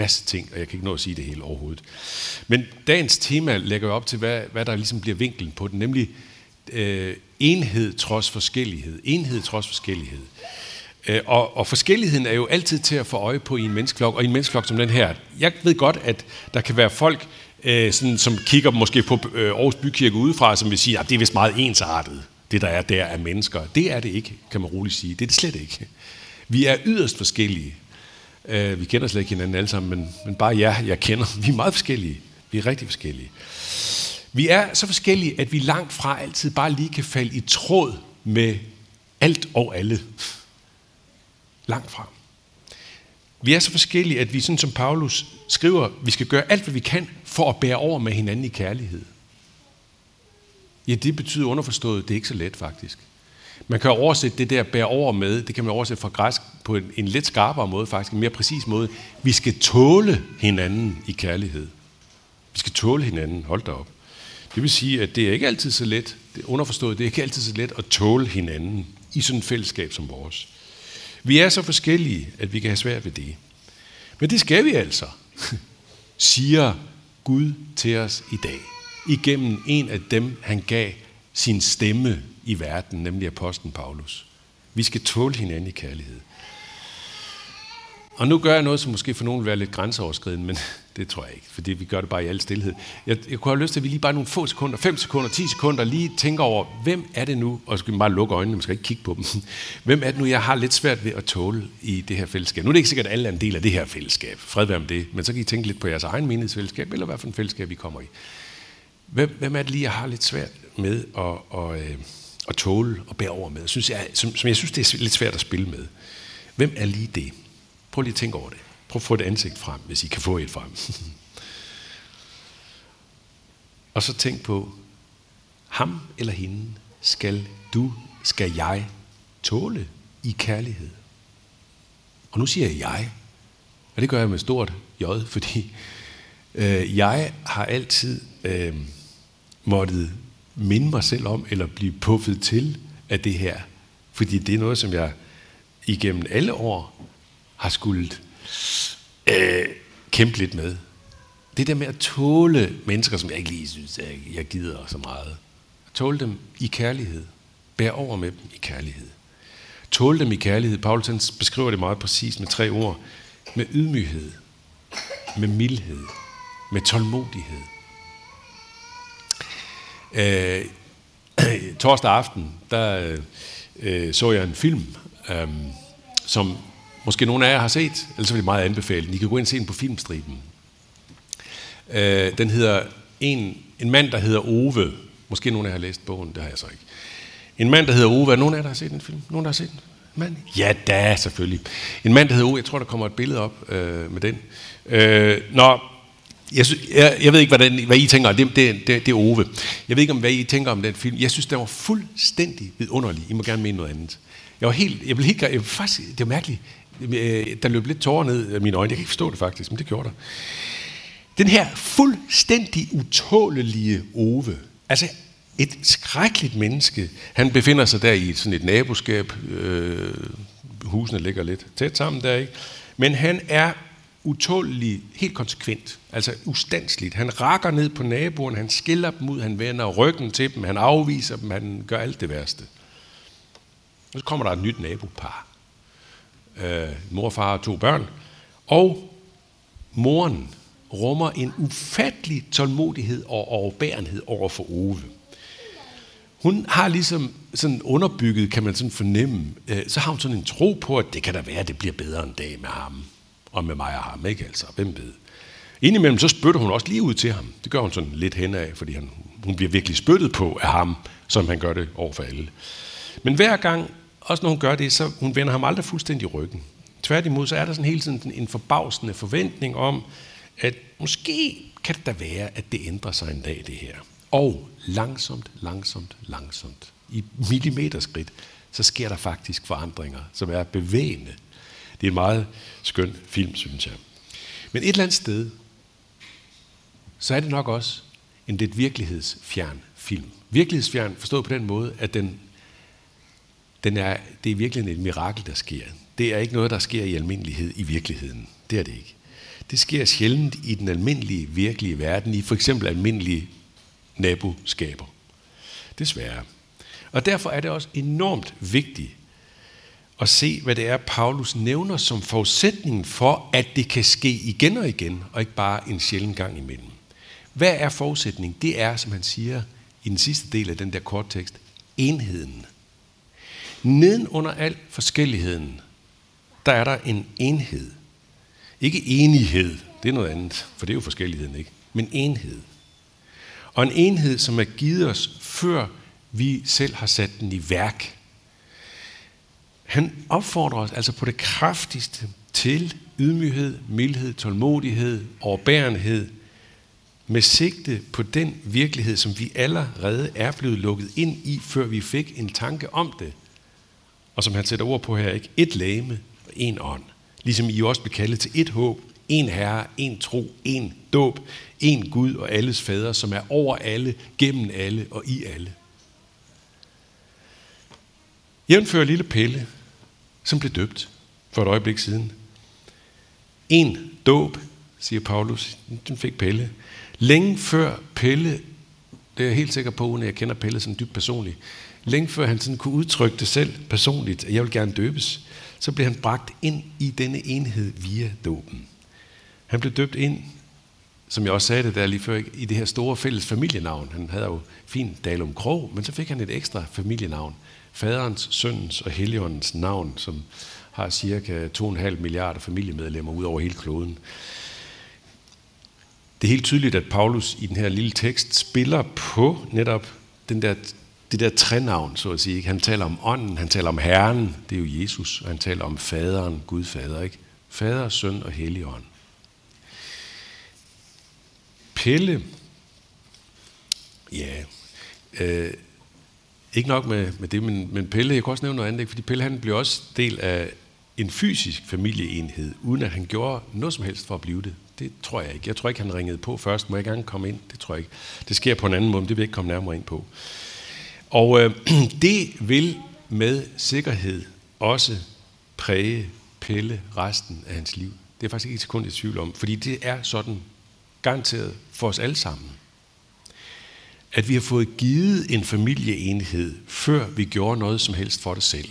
masse ting, og jeg kan ikke nå at sige det hele overhovedet. Men dagens tema lægger jo op til, hvad der ligesom bliver vinklen på den, nemlig enhed trods forskellighed. Enhed trods forskellighed. Og forskelligheden er jo altid til at få øje på i en menneskeflok, og i en menneskeflok som den her. Jeg ved godt, at der kan være folk, sådan, som kigger måske på Aarhus Bykirke udefra, som vil sige, at det er vist meget ensartet, det der er der af mennesker. Det er det ikke, kan man roligt sige. Det er det slet ikke. Vi er yderst forskellige. Vi kender slet ikke hinanden alle sammen, men bare jeg kender. Vi er meget forskellige. Vi er rigtig forskellige. Vi er så forskellige, at vi langt fra altid bare lige kan falde i tråd med alt og alle. Langt fra. Vi er så forskellige, at vi, sådan som Paulus skriver, vi skal gøre alt, hvad vi kan, for at bære over med hinanden i kærlighed. Ja, det betyder underforstået, det er ikke så let faktisk. Man kan oversætte det der bære over med, det kan man oversætte fra græsk på en lidt skarpere måde faktisk, en mere præcis måde. Vi skal tåle hinanden i kærlighed. Vi skal tåle hinanden, hold da op. Det vil sige, at det er ikke altid så let, det er underforstået, det er ikke altid så let at tåle hinanden i sådan et fællesskab som vores. Vi er så forskellige, at vi kan have svært ved det. Men det skal vi altså, siger Gud til os i dag. Igennem en af dem, han gav sin stemme i verden, nemlig apostlen Paulus. Vi skal tåle hinanden i kærlighed. Og nu gør jeg noget, som måske for nogen vil være lidt grænseoverskridende, men det tror jeg ikke, fordi vi gør det bare i al stilhed. Jeg kunne have lyst til, at vi lige bare nogle få sekunder, 5 sekunder, 10 sekunder, lige tænker over, hvem er det nu, og så skal vi bare lukke øjnene, man skal ikke kigge på dem. Hvem er det nu, jeg har lidt svært ved at tåle i det her fællesskab? Nu er det ikke sikkert, at alle er en del af det her fællesskab. Fred være med det. Men så kan I tænke lidt på jeres egen menighedsfællesskab, eller hvad for en fællesskab vi kommer i. Hvem er det lige, jeg har lidt svært med at tåle og bære over med? Som jeg synes, det er lidt svært at spille med. Hvem er lige det? Prøv lige at tænke over det. Prøv at få et ansigt frem, hvis I kan få et frem. Og så tænk på, ham eller hende skal jeg tåle i kærlighed. Og nu siger jeg, og det gør jeg med stort J, fordi jeg har altid måttet minde mig selv om, eller blive puffet til af det her. Fordi det er noget, som jeg igennem alle år har skulle kæmpe lidt med. Det der med at tåle mennesker, som jeg ikke lige synes, jeg gider så meget. At tåle dem i kærlighed. Bære over med dem i kærlighed. Tåle dem i kærlighed. Paulus beskriver det meget præcist med 3 ord. Med ydmyghed. Med mildhed. Med tålmodighed. Torsdag aften, der så jeg en film, som måske nogle af jer har set, ellers vil jeg meget anbefale den. I kan gå ind og se den på Filmstriben. Den hedder en mand, der hedder Ove. Måske nogle af jer har læst bogen, det har jeg så ikke. En mand, der hedder Ove. Er nogen af jer, der har set den film? Nogen, der har set den? Mand? Ja da, selvfølgelig. En mand, der hedder Ove. Jeg tror, der kommer et billede op med den. Jeg ved ikke, hvad I tænker om. Det er Ove. Jeg ved ikke, hvad I tænker om den film. Jeg synes, den var fuldstændig vidunderlig. I må gerne mene noget andet. Det var mærkeligt. Der løb lidt tårer ned af mine øjne. Jeg kan ikke forstå det faktisk, men det gjorde der. Den her fuldstændig utålelige Ove, altså et skrækkeligt menneske. Han befinder sig der i sådan et naboskab. Husene ligger lidt tæt sammen der, ikke? Men han er utålelig, helt konsekvent, altså ustandsligt. Han rakker ned på naboen, han skiller dem ud, han vender ryggen til dem, han afviser dem, han gør alt det værste. Og så kommer der et nyt nabopar. Mor og far og 2 børn. Og moren rummer en ufattelig tålmodighed og overbærenhed over for Ove. Hun har ligesom sådan underbygget, kan man sådan fornemme, så har hun sådan en tro på, at det kan da være, at det bliver bedre en dag med ham. Og med mig og ham, ikke altså? Hvem ved? Indimellem så spytter hun også lige ud til ham. Det gør hun sådan lidt henad, fordi hun bliver virkelig spyttet på af ham, som han gør det over for alle. Men hver gang, også når hun gør det, så hun vender ham aldrig fuldstændig ryggen. Tværtimod, så er der sådan hele tiden en forbavsende forventning om, at måske kan det da være, at det ændrer sig en dag, det her. Og langsomt, i millimeterskridt, så sker der faktisk forandringer, som er bevægende. Det er en meget skøn film, synes jeg. Men et eller andet sted, så er det nok også en lidt virkelighedsfjern film. Virkelighedsfjern forstået på den måde, at det er virkelig et mirakel, der sker. Det er ikke noget, der sker i almindelighed i virkeligheden. Det er det ikke. Det sker sjældent i den almindelige, virkelige verden, i for eksempel almindelige naboskaber. Desværre. Og derfor er det også enormt vigtigt at se, hvad det er, Paulus nævner som forudsætningen for, at det kan ske igen og igen, og ikke bare en sjælden gang imellem. Hvad er forudsætningen? Det er, som han siger i den sidste del af den der korttekst, enheden. Neden under al forskelligheden, der er der en enhed. Ikke enighed, det er noget andet, for det er jo forskelligheden, ikke? Men enhed. Og en enhed, som er givet os, før vi selv har sat den i værk. Han opfordrer os altså på det kraftigste til ydmyghed, mildhed, tålmodighed, overbærenhed, med sigte på den virkelighed, som vi allerede er blevet lukket ind i, før vi fik en tanke om det. Og som han sætter ord på her, ikke? Et legeme og en ånd. Ligesom I også blev kaldet til et håb, en herre, en tro, en dåb, en Gud og alles fader, som er over alle, gennem alle og i alle. Jævnfører lille Pelle, som blev døbt for et øjeblik siden. En dåb, siger Paulus, den fik Pelle. Længe før Pelle, det er jeg helt sikker på, når jeg kender Pelle sådan dybt personligt, længe før han sådan kunne udtrykke det selv personligt, at jeg vil gerne døbes, så blev han bragt ind i denne enhed via dåben. Han blev døbt ind, som jeg også sagde det der lige før, i det her store fælles familienavn. Han havde jo fint Dalum Krog, men så fik han et ekstra familienavn. Faderens, søndens og Helligåndens navn, som har cirka 2,5 milliarder familiemedlemmer ud over hele kloden. Det er helt tydeligt, at Paulus i den her lille tekst spiller på netop det der trænavn, så at sige. Han taler om ånden, han taler om Herren, det er jo Jesus, og han taler om faderen, Gud fader, ikke? Fader, søn og Helligånd. Pelle, ja, ikke nok med det, men Pelle, jeg kan også nævne noget andet, fordi Pelle han blev også del af en fysisk familieenhed, uden at han gjorde noget som helst for at blive det. Det tror jeg ikke. Jeg tror ikke, han ringede på først. Må jeg gerne komme ind? Det tror jeg ikke. Det sker på en anden måde, men det vil jeg ikke komme nærmere ind på. Og det vil med sikkerhed også præge Pelle resten af hans liv. Det er faktisk ikke et sekund i tvivl om, fordi det er sådan garanteret for os alle sammen, at vi har fået givet en familieenhed, før vi gjorde noget som helst for det selv.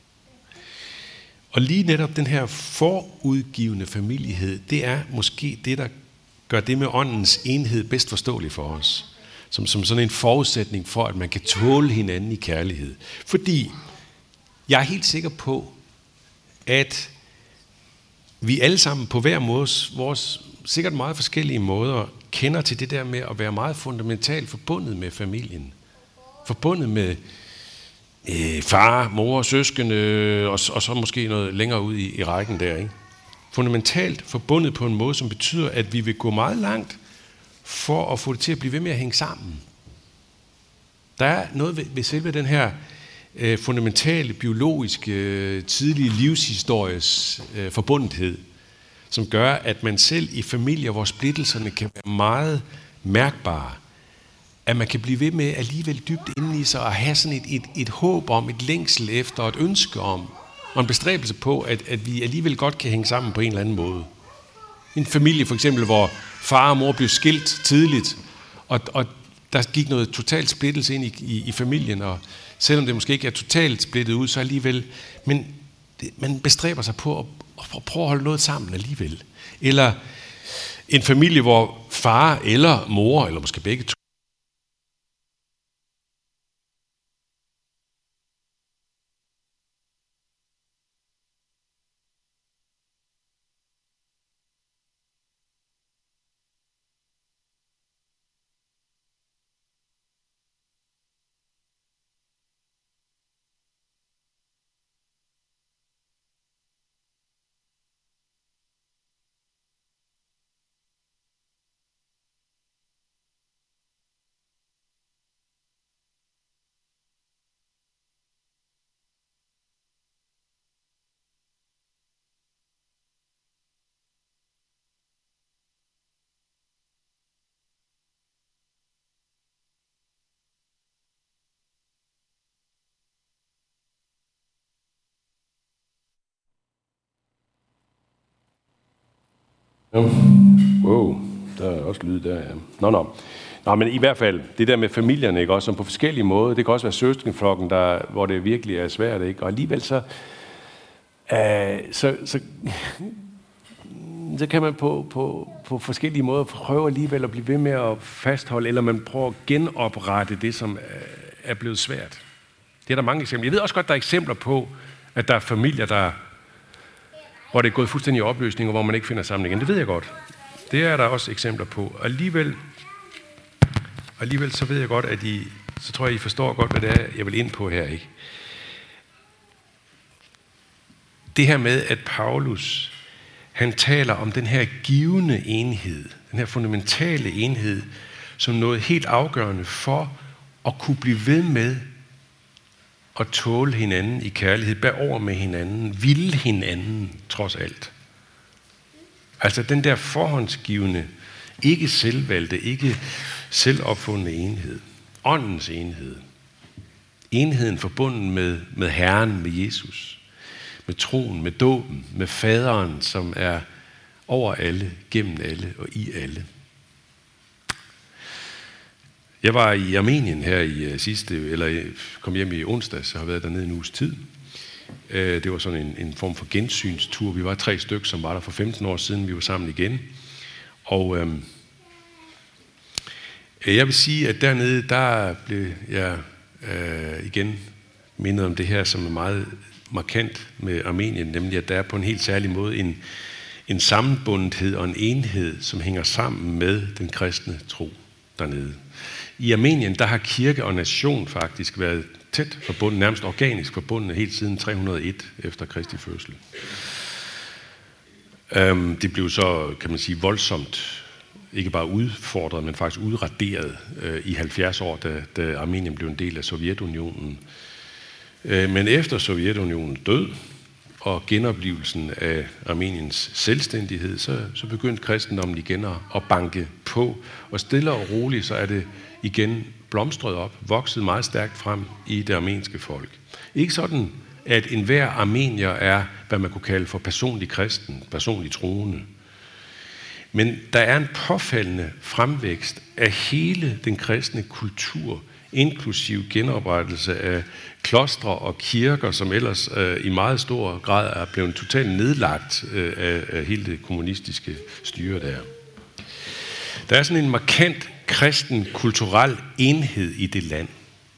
Og lige netop den her forudgivende familiehed, det er måske det, der gør det med åndens enhed bedst forståeligt for os. Som sådan en forudsætning for, at man kan tåle hinanden i kærlighed. Fordi jeg er helt sikker på, at vi alle sammen på hver måde, vores sikkert meget forskellige måder, kender til det der med at være meget fundamentalt forbundet med familien. Forbundet med far, mor, søskende, og så måske noget længere ud i rækken der, ikke? Fundamentalt forbundet på en måde, som betyder, at vi vil gå meget langt for at få det til at blive ved med at hænge sammen. Der er noget ved selve den her fundamentale, biologiske, tidlige livshistories forbundethed, som gør, at man selv i familier, hvor splittelserne kan være meget mærkbare, at man kan blive ved med alligevel dybt inde i sig og have sådan et håb om, et længsel efter, et ønske om, og en bestræbelse på, at vi alligevel godt kan hænge sammen på en eller anden måde. En familie for eksempel, hvor far og mor blev skilt tidligt, og der gik noget totalt splittelse ind i familien, og selvom det måske ikke er totalt splittet ud, så alligevel, men man bestræber sig på at prøve at holde noget sammen alligevel. Eller en familie, hvor far eller mor, eller måske begge to, Wow, der er også lyd der, ja. Nå, men i hvert fald, det der med familierne, ikke, også som på forskellige måder, det kan også være søskendeflokken, hvor det virkelig er svært, ikke? Og alligevel så kan man på forskellige måder prøve alligevel at blive ved med at fastholde, eller man prøver at genoprette det, som er blevet svært. Det er der mange eksempler. Jeg ved også godt, der er eksempler på, at der er familier, hvor det er gået fuldstændig i opløsning, og hvor man ikke finder sammen igen. Det ved jeg godt. Det er der også eksempler på. Alligevel så ved jeg godt, så tror jeg, I forstår godt, hvad det er, jeg vil ind på her, ikke? Det her med, at Paulus, han taler om den her givende enhed, den her fundamentale enhed, som noget helt afgørende for at kunne blive ved med at tåle hinanden i kærlighed, bære over med hinanden, ville hinanden trods alt. Altså den der forhåndsgivende, ikke selvvalgte, ikke selvopfundne enhed. Åndens enhed. Enheden forbundet med Herren, med Jesus. Med troen, med dåben, med faderen, som er over alle, gennem alle og i alle. Jeg var i Armenien her i kom hjem i onsdags, så har været dernede en uges tid. Det var sådan en form for gensynstur. Vi var 3 stykker, som var der for 15 år siden. Vi var sammen igen. Og jeg vil sige, at dernede, der blev jeg igen mindet om det her, som er meget markant med Armenien, nemlig at der er på en helt særlig måde en sammenbundethed og en enhed, som hænger sammen med den kristne tro dernede. I Armenien, der har kirke og nation faktisk været tæt forbundet, nærmest organisk forbundet, helt siden 301 efter Kristi fødsel. Det blev så, kan man sige, voldsomt, ikke bare udfordret, men faktisk udraderet i 70 år, da Armenien blev en del af Sovjetunionen. Men efter Sovjetunionens død og genoplivelsen af Armeniens selvstændighed, så begyndte kristendommen igen at banke på. Og stille og roligt, så er det igen blomstret op, vokset meget stærkt frem i det armenske folk. Ikke sådan, at enhver armenier er, hvad man kunne kalde for personlig kristen, personlig troende. Men der er en påfaldende fremvækst af hele den kristne kultur, inklusiv genoprettelse af klostre og kirker, som ellers i meget stor grad er blevet totalt nedlagt af hele det kommunistiske styre der. Der er sådan en markant kristen kulturel enhed i det land.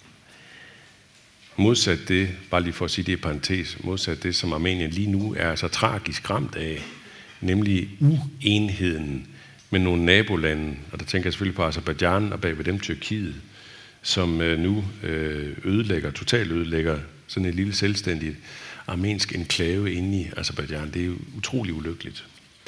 Modsat det, bare lige for at sige det i parentes, modsat det, som Armenien lige nu er så tragisk ramt af, nemlig uenheden med nogle nabolande, og der tænker jeg selvfølgelig på Aserbajdsjan og bagved dem Tyrkiet, som nu totalt ødelægger sådan et lille selvstændigt armensk enklave inde i Aserbajdsjan. Det er jo utrolig ulykkeligt.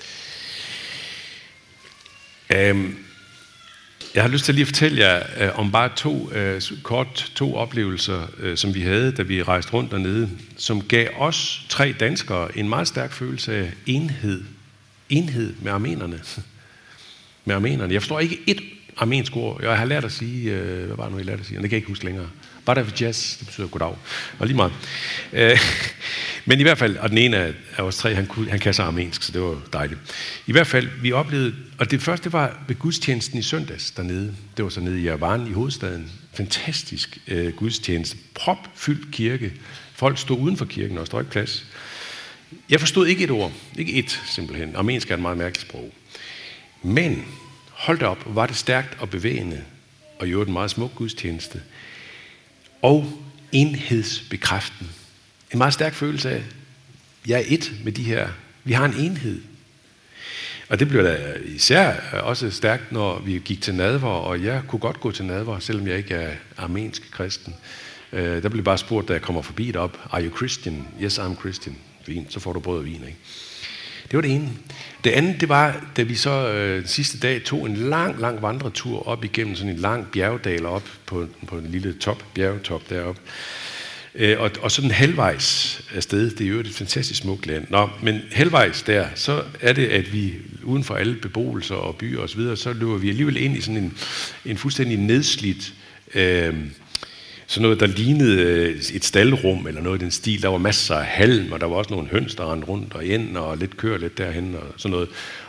Jeg har lyst til lige at fortælle jer om bare to oplevelser, som vi havde, da vi rejste rundt dernede, som gav os 3 danskere en meget stærk følelse af enhed med armenerne. Jeg forstår ikke et armensk ord. Jeg har lært at sige, hvad var det nu, jeg lærte at sige? Det kan jeg ikke huske længere. Badavijas, det betyder goddag. Og lige meget. Men i hvert fald, og den ene af os 3, han kan så armensk, så det var dejligt. I hvert fald, vi oplevede, og det første var ved gudstjenesten i søndags dernede. Det var så nede i Yerevan i hovedstaden. Fantastisk gudstjeneste. Propfyldt kirke. Folk stod uden for kirken, og der var ikke plads. Jeg forstod ikke et ord. Ikke ét, simpelthen. Armensk er et meget mærkeligt sprog. Men hold da op, var det stærkt og bevægende, og jo en meget smuk gudstjeneste. Og enhedsbekræften. En meget stærk følelse af, jeg er et med de her. Vi har en enhed. Og det blev da især også stærkt, når vi gik til nadver, og jeg kunne godt gå til nadver, selvom jeg ikke er armensk kristen. Der blev bare spurgt, da jeg kommer forbi derop, are you Christian? Yes, I'm Christian. Vin, så får du brød og vin, ikke? Det var det ene. Det andet, det var, da vi så sidste dag tog en lang vandretur op igennem sådan en lang bjergdal op på en lille bjergetop deroppe. Og sådan halvvejs afsted, det er jo et fantastisk smukt land. Men halvvejs der, så er det, at vi uden for alle beboelser og byer og så videre, så løber vi alligevel ind i sådan en fuldstændig nedslidt, sådan noget, der lignede et staldrum eller noget i den stil. Der var masser af halm, og der var også nogle høns, der rendte rundt og ind, og lidt køer lidt derhen og sådan noget.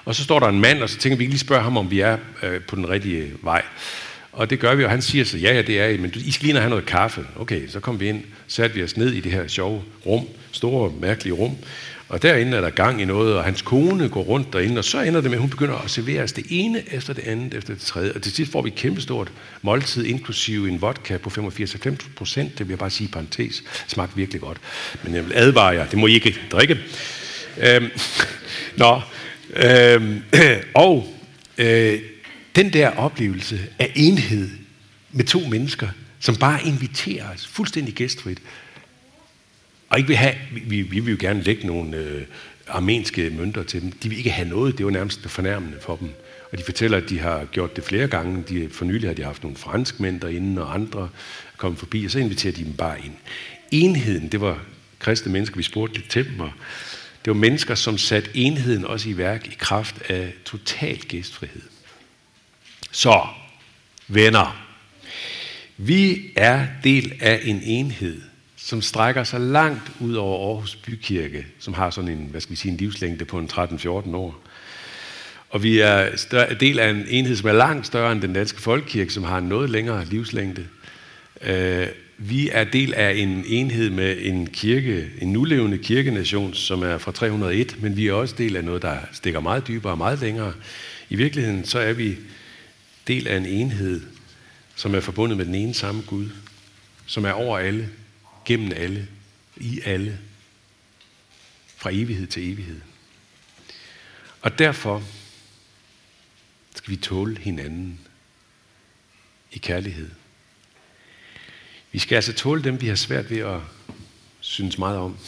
Og så står der en mand, og så tænker vi lige spørge ham, om vi er på den rigtige vej. Og det gør vi, og han siger så, ja, det er I, men I skal lige have noget kaffe. Okay, så kom vi ind, satte vi os ned i det her sjove rum, store, mærkelige rum, og derinde er der gang i noget, og hans kone går rundt derinde, og så ender det med, at hun begynder at servere os det ene efter det andet, efter det tredje, og til sidst får vi et kæmpestort måltid, inklusive en vodka på 85-90%, det vil jeg bare sige i parentes, smagte virkelig godt, men jeg vil advare jer, det må I ikke drikke. Den der oplevelse af enhed med to mennesker, som bare inviterer os fuldstændig gæstfrit, og ikke vil have, vi vil jo gerne lægge nogle armenske mønter til dem. De vil ikke have noget, det var nærmest fornærmende for dem. Og de fortæller, at de har gjort det flere gange. For nylig har de haft nogle franskmænd derinde, og andre kommet forbi, og så inviterer de dem bare ind. Enheden, det var kristne mennesker, vi spurgte lidt til dem, og det var mennesker, som satte enheden også i værk i kraft af total gæstfrihed. Så, venner, vi er del af en enhed, som strækker sig langt ud over Aarhus Bykirke, som har sådan en livslængde på en 13-14 år. Og vi er del af en enhed, som er langt større end den danske folkekirke, som har en noget længere livslængde. Vi er del af en enhed med en nulevende kirkenation, som er fra 301, men vi er også del af noget, der stikker meget dybere og meget længere. I virkeligheden så er vi del af en enhed, som er forbundet med den ene samme Gud, som er over alle, gennem alle, i alle, fra evighed til evighed. Og derfor skal vi tåle hinanden i kærlighed. Vi skal altså tåle dem, vi har svært ved at synes meget om.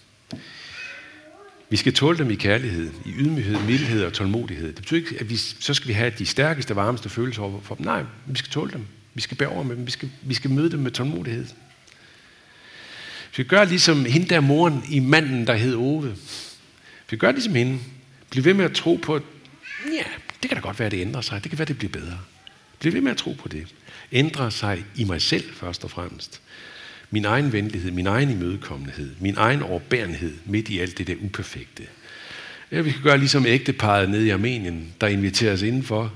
Vi skal tåle dem i kærlighed, i ydmyghed, mildhed og tålmodighed. Det betyder ikke, at så skal vi have de stærkeste, varmeste følelser over for dem. Nej, vi skal tåle dem. Vi skal bære over med dem. Vi skal møde dem med tålmodighed. Vi skal gøre ligesom hende der moren i Manden, der hed Ove. Vi skal gøre ligesom hende. Bliv ved med at tro på, at ja, det kan da godt være, at det ændrer sig. Det kan være, at det bliver bedre. Bliv ved med at tro på det. Ændre sig i mig selv først og fremmest. Min egen venlighed, min egen imødekommenhed, min egen overbærenhed midt i alt det der uperfekte. Ja, vi skal gøre ligesom ægteparret nede i Armenien, der inviterer os indenfor.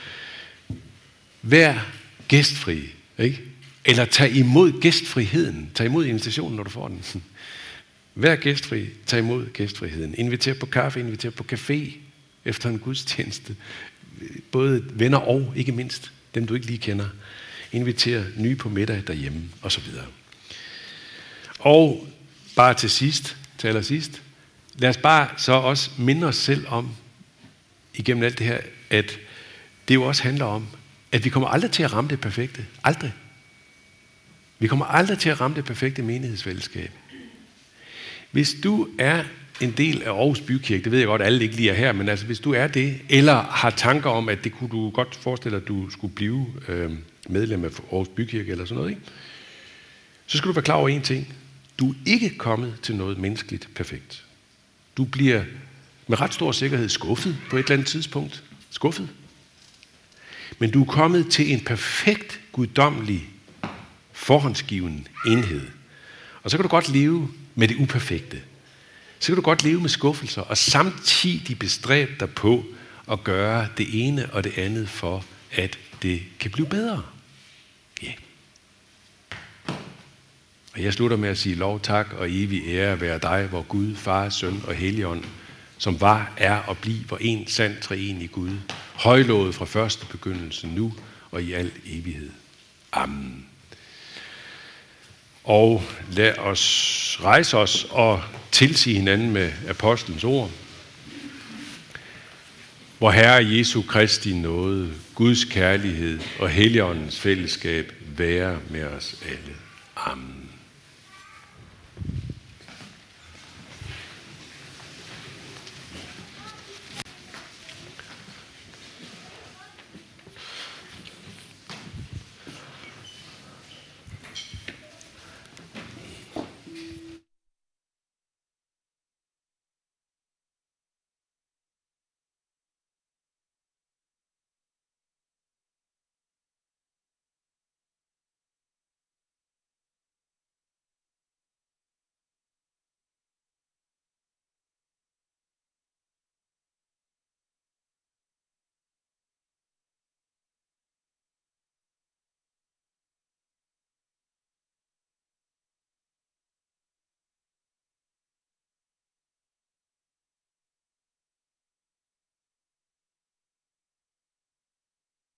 Vær gæstfri, ikke? Eller tag imod gæstfriheden. Tag imod invitationen, når du får den. Vær gæstfri, tag imod gæstfriheden. Inviter på kaffe, inviter på café efter en gudstjeneste. Både venner og, ikke mindst, dem du ikke lige kender. Inviter nye på middag derhjemme, og så videre. Og bare til allersidst, lad os bare så også minde os selv om, igennem alt det her, at det jo også handler om, at vi kommer aldrig til at ramme det perfekte. Aldrig. Vi kommer aldrig til at ramme det perfekte menighedsfællesskab. Hvis du er en del af Aarhus Bykirke, det ved jeg godt, at alle ikke lige er her, men altså hvis du er det, eller har tanker om, at det kunne du godt forestille dig, at du skulle blive medlem af Aarhus Bykirke eller sådan noget, ikke? Så skal du være klar over en ting. Du er ikke kommet til noget menneskeligt perfekt. Du bliver med ret stor sikkerhed skuffet på et eller andet tidspunkt. Skuffet. Men du er kommet til en perfekt, guddommelig, forhåndsgiven enhed. Og så kan du godt leve med det uperfekte. Så kan du godt leve med skuffelser, og samtidig bestræbe dig på at gøre det ene og det andet for, at det kan blive bedre. Ja. Yeah. Og jeg slutter med at sige lov, tak og evig ære være dig, hvor Gud, Far, Søn og Helligånd, som var, er og bliver en sand treenig Gud, højlovet fra første begyndelse nu og i al evighed. Amen. Og lad os rejse os og tilsige hinanden med apostlens ord. Vor Herre Jesu Kristi nåde, Guds kærlighed og Helligåndens fællesskab være med os alle. Amen.